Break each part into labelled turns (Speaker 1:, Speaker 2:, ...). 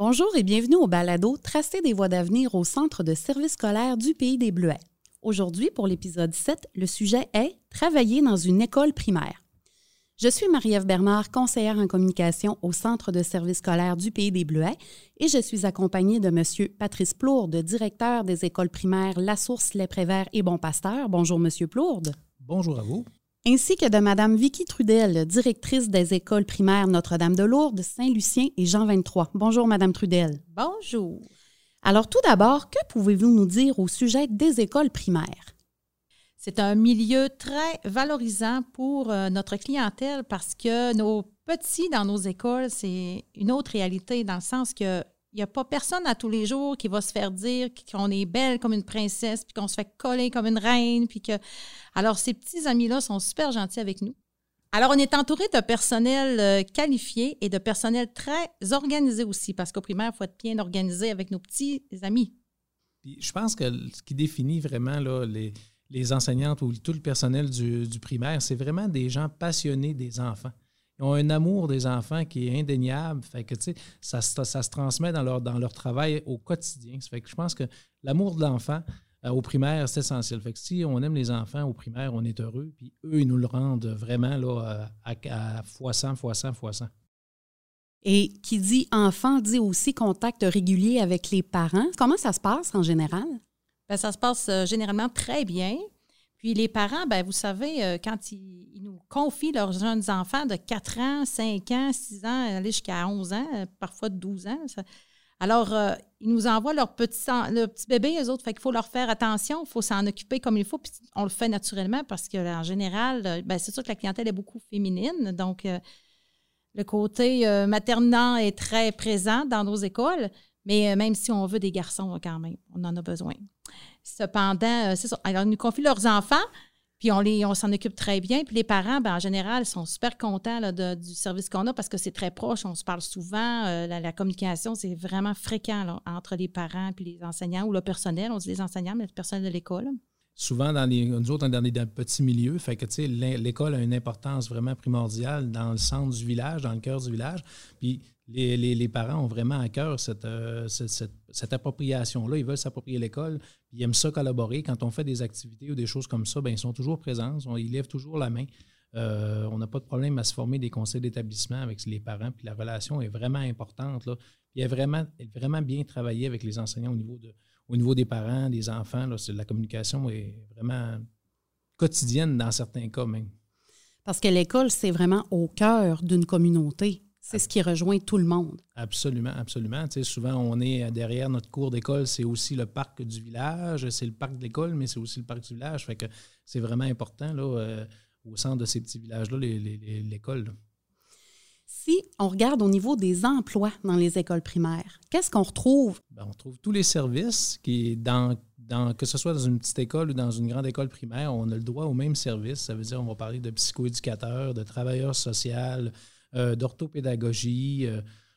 Speaker 1: Bonjour et bienvenue au balado Tracer des voies d'avenir au Centre de services scolaires du Pays des Bleuets. Aujourd'hui, pour l'épisode 7, le sujet est « Travailler dans une école primaire ». Je suis Marie-Ève Bernard, conseillère en communication au Centre de services scolaires du Pays des Bleuets et je suis accompagnée de M. Patrice Plourde, directeur des écoles primaires La Source, Les Préverts et Bon Pasteur. Bonjour, M. Plourde.
Speaker 2: Bonjour à vous.
Speaker 1: Ainsi que de Mme Vicky Trudel, directrice des écoles primaires Notre-Dame-de-Lourdes, Saint-Lucien et Jean 23. Bonjour, Mme Trudel.
Speaker 3: Bonjour.
Speaker 1: Alors, tout d'abord, que pouvez-vous nous dire au sujet des écoles primaires?
Speaker 3: C'est un milieu très valorisant pour notre clientèle parce que nos petits dans nos écoles, c'est une autre réalité dans le sens que il n'y a pas personne à tous les jours qui va se faire dire qu'on est belle comme une princesse, puis qu'on se fait coller comme une reine, puis que... Alors, ces petits amis-là sont super gentils avec nous. Alors, on est entouré de personnel qualifié et de personnel très organisé aussi, parce qu'au primaire, il faut être bien organisé avec nos petits amis.
Speaker 2: Puis, je pense que ce qui définit vraiment là, les enseignantes ou tout le personnel du primaire, c'est vraiment des gens passionnés des enfants. Ils ont un amour des enfants qui est indéniable. Fait que, tu sais, ça se transmet dans leur travail au quotidien. Ça fait que je pense que l'amour de l'enfant au primaire, c'est essentiel. Fait que si on aime les enfants au primaire, on est heureux. Puis eux, ils nous le rendent vraiment là, à fois 100, fois 100, fois 100.
Speaker 1: Et qui dit enfant dit aussi contact régulier avec les parents. Comment ça se passe en général?
Speaker 3: Bien, ça se passe généralement très bien. Puis les parents, bien, vous savez, quand ils nous confient leurs jeunes enfants de 4 ans, 5 ans, 6 ans, aller jusqu'à 11 ans, parfois de 12 ans, alors ils nous envoient leur petit bébé, eux autres, fait qu'il faut leur faire attention, il faut s'en occuper comme il faut, puis on le fait naturellement parce qu'en général, bien, c'est sûr que la clientèle est beaucoup féminine, donc le côté maternant est très présent dans nos écoles, mais même si on veut des garçons quand même, on en a besoin. Cependant, c'est ça. Alors, ils nous confient leurs enfants, puis on s'en occupe très bien. Puis les parents, bien, en général, sont super contents là, du service qu'on a parce que c'est très proche, on se parle souvent. La communication, c'est vraiment fréquent là, entre les parents et les enseignants ou le personnel. On dit les enseignants, mais le personnel de l'école.
Speaker 2: Souvent, nous autres, on est dans des petits milieux. Fait que, tu sais, l'école a une importance vraiment primordiale dans le centre du village, dans le cœur du village. Puis les parents ont vraiment à cœur cette appropriation-là. Ils veulent s'approprier l'école. Ils aiment ça collaborer. Quand on fait des activités ou des choses comme ça, bien, ils sont toujours présents. Ils lèvent toujours la main. On n'a pas de problème à se former des conseils d'établissement avec les parents. Puis la relation est vraiment importante, là. Puis elle est vraiment bien travaillée avec les enseignants au niveau des parents, des enfants. Là, la communication est vraiment quotidienne dans certains cas même.
Speaker 1: Parce que l'école, c'est vraiment au cœur d'une communauté. C'est ce qui rejoint tout le monde.
Speaker 2: Absolument, absolument. Tu sais, souvent, on est derrière notre cour d'école, c'est aussi le parc du village, c'est le parc de l'école, mais c'est aussi le parc du village. Fait que c'est vraiment important là, au centre de ces petits villages-là, l'école. Là.
Speaker 1: Si on regarde au niveau des emplois dans les écoles primaires, qu'est-ce qu'on retrouve?
Speaker 2: Bien, on trouve tous les services qui, que ce soit dans une petite école ou dans une grande école primaire, on a le droit aux mêmes services. Ça veut dire on va parler de psychoéducateurs, de travailleurs sociaux, d'orthopédagogie,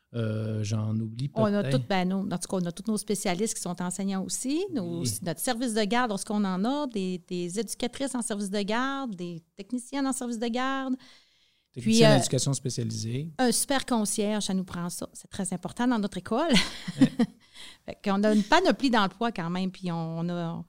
Speaker 2: j'en oublie peut-être.
Speaker 3: On a en tout cas, on a tous nos spécialistes qui sont enseignants aussi, notre service de garde, lorsqu'on en a, des éducatrices en service de garde, des techniciennes en service de garde.
Speaker 2: Technicien d'éducation spécialisée.
Speaker 3: Un super concierge, ça nous prend ça. C'est très important dans notre école. Fait qu'on a une panoplie d'emplois quand même, puis on a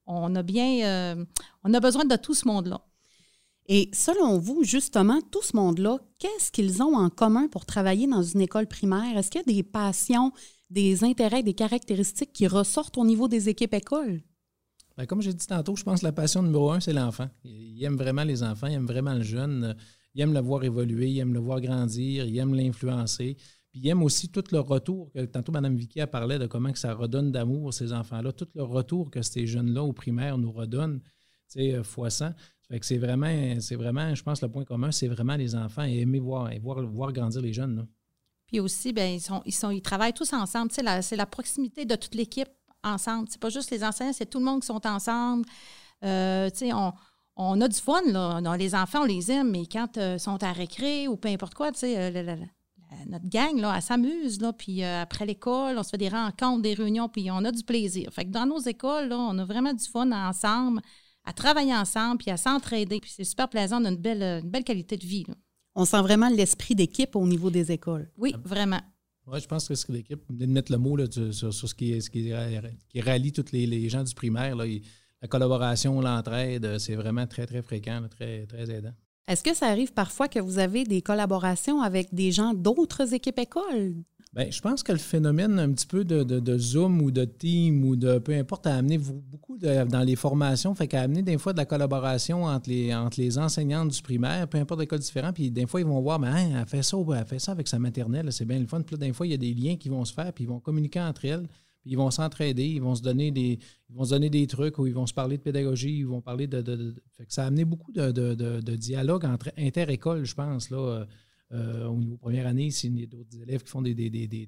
Speaker 3: besoin de tout ce monde-là.
Speaker 1: Et selon vous, justement, tout ce monde-là, qu'est-ce qu'ils ont en commun pour travailler dans une école primaire? Est-ce qu'il y a des passions, des intérêts, des caractéristiques qui ressortent au niveau des équipes écoles?
Speaker 2: Bien, comme j'ai dit tantôt, je pense que la passion numéro 1, c'est l'enfant. Il aime vraiment les enfants, il aime vraiment le jeune, il aime le voir évoluer, il aime le voir grandir, il aime l'influencer. Puis il aime aussi tout le retour, que tantôt Mme Vicky a parlé de comment que ça redonne d'amour ces enfants-là, tout le retour que ces jeunes-là au primaire nous redonnent, tu sais, fois 100. Fait que c'est vraiment, je pense, le point commun, c'est vraiment les enfants et aimer voir grandir les jeunes. Là. Puis
Speaker 3: aussi, bien, ils travaillent tous ensemble. Tu sais, c'est la proximité de toute l'équipe ensemble. C'est pas juste les enseignants, c'est tout le monde qui sont ensemble. Tu sais, on a du fun, là. Les enfants, on les aime, mais quand ils sont à récré ou peu importe quoi, tu sais, notre gang, là, elle s'amuse, là, puis après l'école, on se fait des rencontres, des réunions, puis on a du plaisir. Fait que dans nos écoles, là, on a vraiment du fun ensemble, à travailler ensemble, puis à s'entraider. Puis c'est super plaisant, on a une belle qualité de vie, là.
Speaker 1: On sent vraiment l'esprit d'équipe au niveau des écoles.
Speaker 3: Oui, vraiment.
Speaker 2: Oui, je pense que c'est l'équipe de mettre le mot là, sur ce qui rallie tous les gens du primaire. Là, la collaboration, l'entraide, c'est vraiment très, très fréquent, là, très, très aidant.
Speaker 1: Est-ce que ça arrive parfois que vous avez des collaborations avec des gens d'autres équipes écoles?
Speaker 2: Bien, je pense que le phénomène un petit peu de Zoom ou de Team ou de peu importe a amené beaucoup dans les formations, fait qu'a amené des fois de la collaboration entre les enseignantes du primaire, peu importe l'école différente, puis des fois ils vont voir, mais hein, elle fait ça avec sa maternelle, c'est bien le fun. Puis là, des fois, il y a des liens qui vont se faire, puis ils vont communiquer entre elles, puis ils vont s'entraider, ils vont se donner des trucs ou ils vont se parler de pédagogie, ils vont parler fait que ça a amené beaucoup de dialogue entre inter-écoles, je pense, là. Au niveau première année, s'il y a d'autres élèves qui font des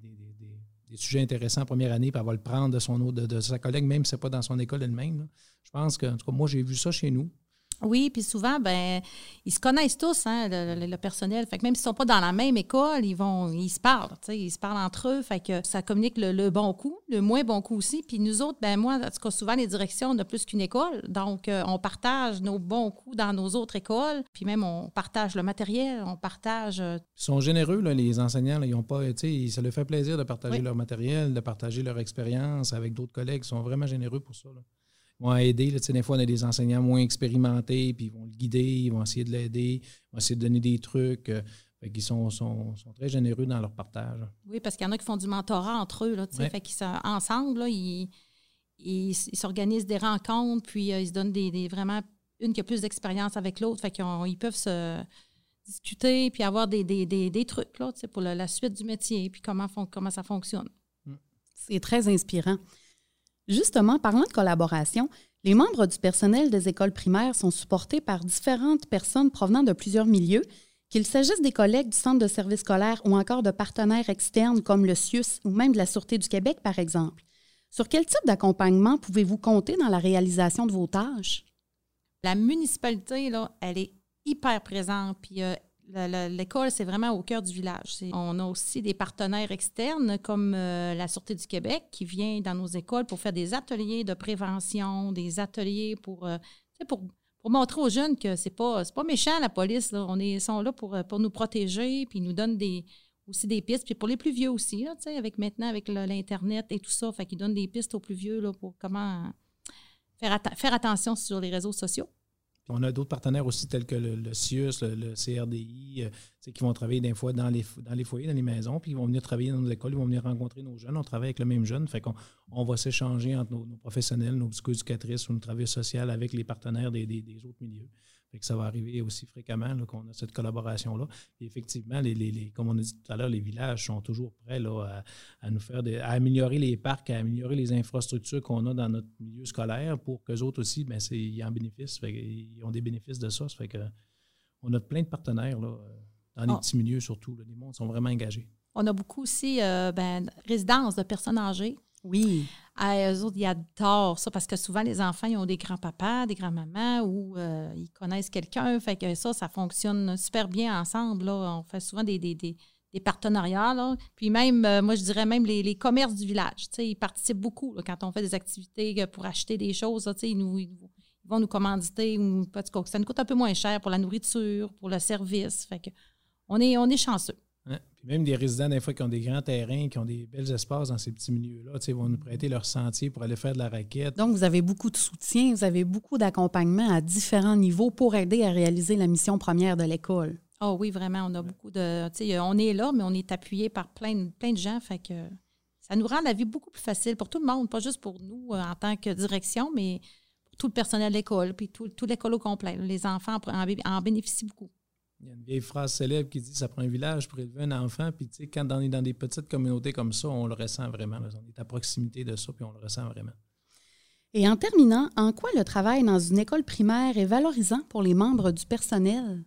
Speaker 2: sujets intéressants en première année, puis elle va le prendre de sa collègue, même si ce n'est pas dans son école elle-même. Là. Je pense que, en tout cas, moi, j'ai vu ça chez nous.
Speaker 3: Oui, puis souvent, ils se connaissent tous, hein, le personnel. Fait que même s'ils ne sont pas dans la même école, ils se parlent, ils se parlent entre eux. Fait que ça communique le bon coup, le moins bon coup aussi. Puis nous autres, moi, en tout cas, souvent, les directions, on a plus qu'une école. Donc, on partage nos bons coups dans nos autres écoles. Puis même, on partage le matériel, on partage...
Speaker 2: Ils sont généreux, là, les enseignants. Là, ils ont pas, ça leur fait plaisir de partager leur matériel, de partager leur expérience avec d'autres collègues. Ils sont vraiment généreux pour ça, là. Ils vont aider. Là, des fois, on a des enseignants moins expérimentés, puis ils vont le guider, ils vont essayer de l'aider, ils vont essayer de donner des trucs. Fait qu'ils sont très généreux dans leur partage.
Speaker 3: Oui, parce qu'il y en a qui font du mentorat entre eux. Là, fait qu'ils sont ensemble, là, ils s'organisent des rencontres, puis ils se donnent vraiment une qui a plus d'expérience avec l'autre. Fait qu'ils peuvent se discuter, puis avoir des trucs là, pour la suite du métier, puis comment ça fonctionne.
Speaker 1: C'est très inspirant. Justement, parlant de collaboration, les membres du personnel des écoles primaires sont supportés par différentes personnes provenant de plusieurs milieux, qu'il s'agisse des collègues du Centre de services scolaires ou encore de partenaires externes comme le CIUS ou même de la Sûreté du Québec, par exemple. Sur quel type d'accompagnement pouvez-vous compter dans la réalisation de vos tâches?
Speaker 3: La municipalité, là, elle est hyper présente, puis l'école, c'est vraiment au cœur du village. On a aussi des partenaires externes comme la Sûreté du Québec qui vient dans nos écoles pour faire des ateliers de prévention, des ateliers pour montrer aux jeunes que c'est pas méchant, la police. Là. Ils sont là pour nous protéger, puis ils nous donnent aussi des pistes. Puis pour les plus vieux aussi, là, avec l'Internet et tout ça, fait qu'ils donnent des pistes aux plus vieux là, pour comment faire attention sur les réseaux sociaux.
Speaker 2: On a d'autres partenaires aussi tels que le CIUS, le CRDI, qui vont travailler des fois dans les foyers, dans les maisons, puis ils vont venir travailler dans nos écoles, ils vont venir rencontrer nos jeunes. On travaille avec le même jeune, fait qu'on va s'échanger entre nos professionnels, nos psychoéducatrices ou nos travailleurs sociaux avec les partenaires des autres milieux. Fait que ça va arriver aussi fréquemment là, qu'on a cette collaboration-là. Et effectivement, comme on a dit tout à l'heure, les villages sont toujours prêts là, à nous faire à améliorer les parcs, à améliorer les infrastructures qu'on a dans notre milieu scolaire pour qu'eux autres aussi, ils en bénéficient. Ils ont des bénéfices de ça. Ça fait que on a plein de partenaires là, dans les petits milieux surtout. Là, les mondes sont vraiment engagés.
Speaker 3: On a beaucoup aussi résidences de personnes âgées.
Speaker 1: Oui.
Speaker 3: Eux autres, ils adorent ça parce que souvent, les enfants, ils ont des grands-papas, des grands-mamans ou ils connaissent quelqu'un. Fait que ça fonctionne super bien ensemble. Là. On fait souvent des partenariats. Là. Puis même, moi, je dirais même les commerces du village. Ils participent beaucoup là, quand on fait des activités pour acheter des choses. Là, ils vont nous commanditer. Ou, ça nous coûte un peu moins cher pour la nourriture, pour le service. Fait que on est chanceux.
Speaker 2: Hein? Puis même des résidents, des fois, qui ont des grands terrains, qui ont des belles espaces dans ces petits milieux-là, ils vont nous prêter leur sentier pour aller faire de la raquette.
Speaker 1: Donc, vous avez beaucoup de soutien, vous avez beaucoup d'accompagnement à différents niveaux pour aider à réaliser la mission première de l'école.
Speaker 3: Oh oui, vraiment, on a beaucoup de... on est là, mais on est appuyé par plein de gens, fait que ça nous rend la vie beaucoup plus facile pour tout le monde, pas juste pour nous en tant que direction, mais pour tout le personnel de l'école, puis tout l'école au complet. Les enfants en bénéficient beaucoup.
Speaker 2: Il y a une vieille phrase célèbre qui dit « ça prend un village pour élever un enfant », puis tu sais, quand on est dans des petites communautés comme ça, on le ressent vraiment. Là. On est à proximité de ça, puis on le ressent vraiment.
Speaker 1: Et en terminant, en quoi le travail dans une école primaire est valorisant pour les membres du personnel?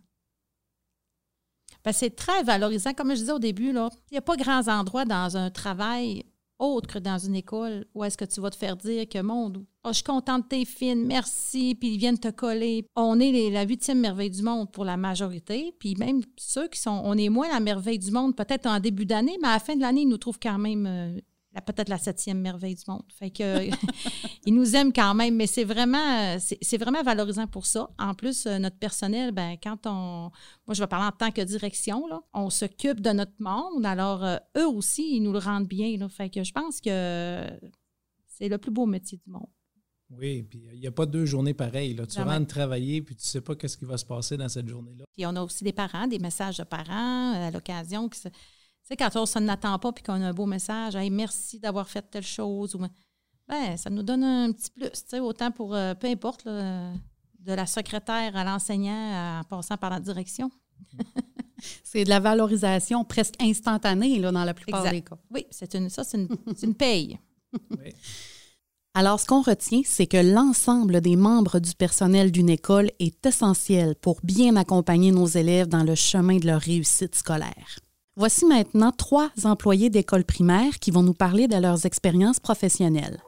Speaker 3: Bien, c'est très valorisant. Comme je disais au début, là, il n'y a pas grands endroits dans un travail autre que dans une école où est-ce que tu vas te faire dire que je suis contente, t'es fine, merci, puis ils viennent te coller. On est la 8e merveille du monde pour la majorité, puis même ceux on est moins la merveille du monde peut-être en début d'année, mais à la fin de l'année, ils nous trouvent quand même peut-être la 7e merveille du monde. Fait que ils nous aiment quand même, mais c'est vraiment valorisant pour ça. En plus, notre personnel, moi, je vais parler en tant que direction, là, on s'occupe de notre monde. Alors, eux aussi, ils nous le rendent bien. Là. Fait que je pense que c'est le plus beau métier du monde.
Speaker 2: Oui, puis il n'y a pas 2 journées pareilles. Là. Tu rentres travailler, puis tu ne sais pas qu'est-ce qui va se passer dans cette journée-là. Puis
Speaker 3: on a aussi des parents, des messages de parents à l'occasion. Tu sais, quand on ne n'attend pas puis qu'on a un beau message, hey, merci d'avoir fait telle chose. Ça nous donne un petit plus. Tu sais, autant pour, peu importe, là, de la secrétaire à l'enseignant en passant par la direction.
Speaker 1: C'est de la valorisation presque instantanée là, dans la plupart des cas.
Speaker 3: Oui, c'est une paye.
Speaker 2: Oui.
Speaker 1: Alors, ce qu'on retient, c'est que l'ensemble des membres du personnel d'une école est essentiel pour bien accompagner nos élèves dans le chemin de leur réussite scolaire. Voici maintenant 3 employés d'école primaire qui vont nous parler de leurs expériences professionnelles.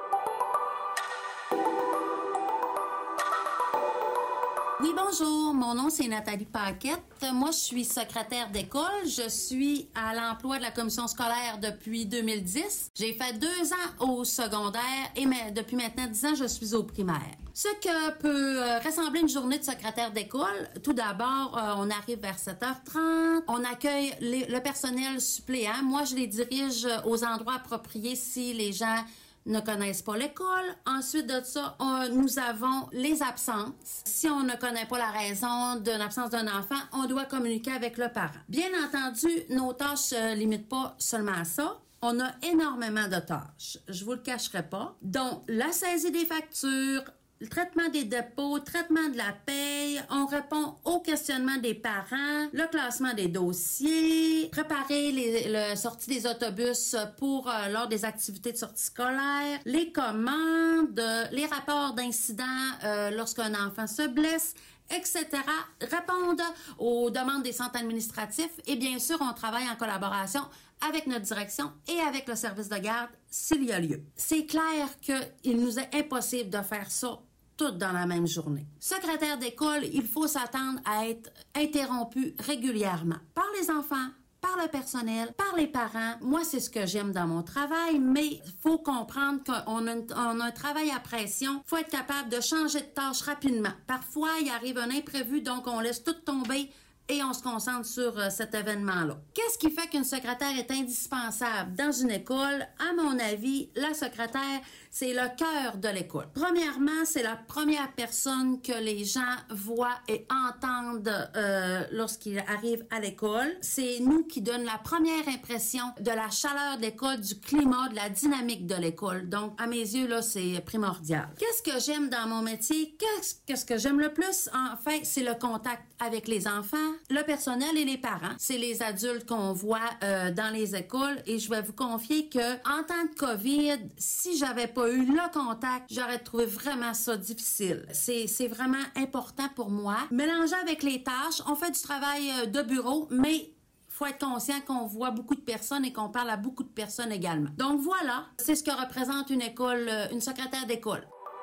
Speaker 4: Oui, bonjour. Mon nom, c'est Nathalie Paquette. Moi, je suis secrétaire d'école. Je suis à l'emploi de la commission scolaire depuis 2010. J'ai fait 2 ans au secondaire et depuis maintenant 10 ans, je suis au primaire. Ce que peut ressembler une journée de secrétaire d'école, tout d'abord, on arrive vers 7h30. On accueille le personnel suppléant. Moi, je les dirige aux endroits appropriés si les gens ne connaissent pas l'école. Ensuite de ça, nous avons les absences. Si on ne connaît pas la raison de l'absence d'un enfant, on doit communiquer avec le parent. Bien entendu, nos tâches ne se limitent pas seulement à ça. On a énormément de tâches. Je vous le cacherai pas. Donc, la saisie des factures, le traitement des dépôts, traitement de la paye, on répond aux questionnements des parents, le classement des dossiers, préparer la sortie des autobus pour lors des activités de sortie scolaire, les commandes, les rapports d'incidents lorsqu'un enfant se blesse, etc. Répondre aux demandes des centres administratifs et bien sûr, on travaille en collaboration avec notre direction et avec le service de garde s'il y a lieu. C'est clair qu'il nous est impossible de faire ça toutes dans la même journée. Secrétaire d'école, il faut s'attendre à être interrompu régulièrement par les enfants, par le personnel, par les parents. Moi, c'est ce que j'aime dans mon travail, mais il faut comprendre qu'on a un travail à pression. Il faut être capable de changer de tâche rapidement. Parfois, il arrive un imprévu, donc on laisse tout tomber et on se concentre sur cet événement-là. Qu'est-ce qui fait qu'une secrétaire est indispensable dans une école? À mon avis, la secrétaire, c'est le cœur de l'école. Premièrement, c'est la première personne que les gens voient et entendent lorsqu'ils arrivent à l'école. C'est nous qui donnons la première impression de la chaleur de l'école, du climat, de la dynamique de l'école. Donc, à mes yeux, là, c'est primordial. Qu'est-ce que j'aime dans mon métier? Qu'est-ce que j'aime le plus? En fait, c'est le contact avec les enfants, le personnel et les parents. C'est les adultes qu'on voit dans les écoles et je vais vous confier que en temps de COVID, si j'avais pas eu le contact, j'aurais trouvé vraiment ça difficile. C'est vraiment important pour moi. Mélanger avec les tâches, on fait du travail de bureau, mais il faut être conscient qu'on voit beaucoup de personnes et qu'on parle à beaucoup de personnes également. Donc voilà, c'est ce que représente une école, une secrétaire d'école.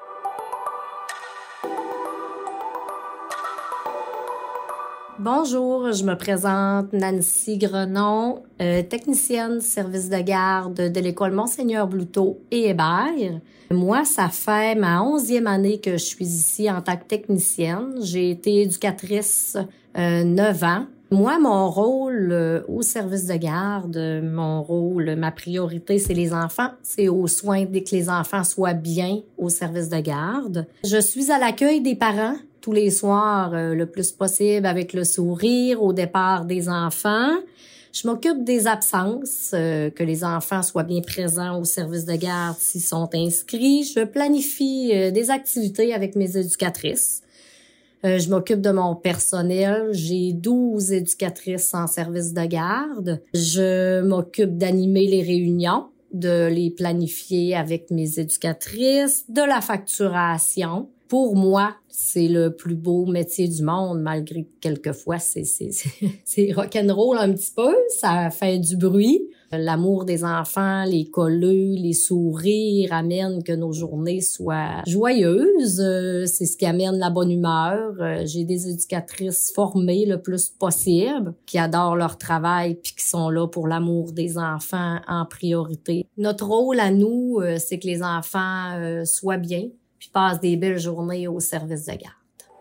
Speaker 5: Bonjour, je me présente Nancy Grenon, technicienne service de garde de l'école Monseigneur Blouteau et Hébert. Moi, ça fait ma 11e année que je suis ici en tant que technicienne. J'ai été éducatrice 9 ans. Moi, mon rôle au service de garde, ma priorité, c'est les enfants. C'est aux soins dès que les enfants soient bien au service de garde. Je suis à l'accueil des parents tous les soirs le plus possible avec le sourire au départ des enfants. Je m'occupe des absences, que les enfants soient bien présents au service de garde s'ils sont inscrits. Je planifie des activités avec mes éducatrices. Je m'occupe de mon personnel. J'ai 12 éducatrices en service de garde. Je m'occupe d'animer les réunions, de les planifier avec mes éducatrices, de la facturation. Pour moi, c'est le plus beau métier du monde, malgré que quelquefois c'est rock'n'roll un petit peu, ça fait du bruit. L'amour des enfants, les colleux, les sourires amènent que nos journées soient joyeuses. C'est ce qui amène la bonne humeur. J'ai des éducatrices formées le plus possible, qui adorent leur travail puis qui sont là pour l'amour des enfants en priorité. Notre rôle à nous, c'est que les enfants soient bien puis passent des belles journées au service de garde.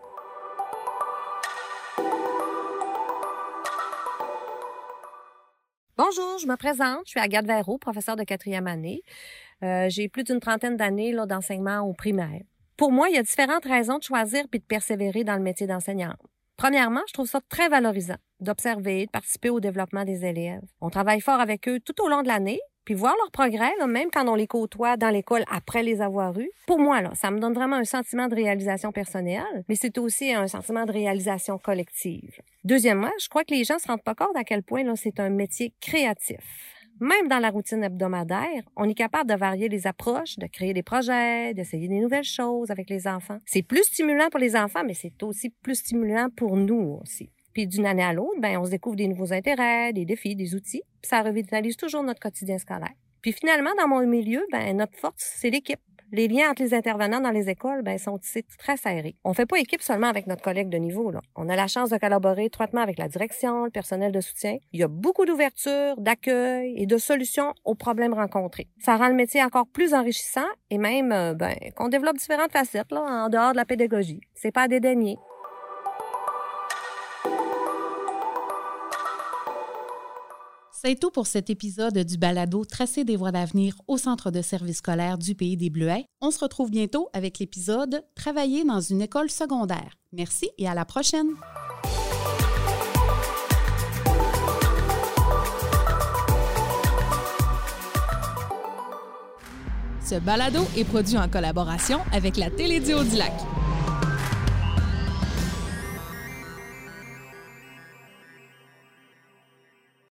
Speaker 6: Bonjour, je me présente. Je suis Agathe Verreau, professeure de 4e année. J'ai plus d'une trentaine d'années d'enseignement au primaire. Pour moi, il y a différentes raisons de choisir puis de persévérer dans le métier d'enseignante. Premièrement, je trouve ça très valorisant d'observer, de participer au développement des élèves. On travaille fort avec eux tout au long de l'année, puis voir leur progrès, même quand on les côtoie dans l'école après les avoir eus. Pour moi, ça me donne vraiment un sentiment de réalisation personnelle, mais c'est aussi un sentiment de réalisation collective. Deuxièmement, je crois que les gens ne se rendent pas compte à quel point c'est un métier créatif. Même dans la routine hebdomadaire, on est capable de varier les approches, de créer des projets, d'essayer des nouvelles choses avec les enfants. C'est plus stimulant pour les enfants, mais c'est aussi plus stimulant pour nous aussi. Puis d'une année à l'autre, on se découvre des nouveaux intérêts, des défis, des outils, puis ça revitalise toujours notre quotidien scolaire. Puis finalement, dans mon milieu, notre force, c'est l'équipe. Les liens entre les intervenants dans les écoles, sont tissés très serrés. On fait pas équipe seulement avec notre collègue de niveau, là. On a la chance de collaborer étroitement avec la direction, le personnel de soutien. Il y a beaucoup d'ouverture, d'accueil et de solutions aux problèmes rencontrés. Ça rend le métier encore plus enrichissant et même, qu'on développe différentes facettes, en dehors de la pédagogie. C'est pas à dédaigner.
Speaker 1: C'est tout pour cet épisode du balado Tracer des voies d'avenir au Centre de services scolaires du Pays des Bleuets. On se retrouve bientôt avec l'épisode Travailler dans une école secondaire. Merci et à la prochaine!
Speaker 7: Ce balado est produit en collaboration avec la Télédio du Lac.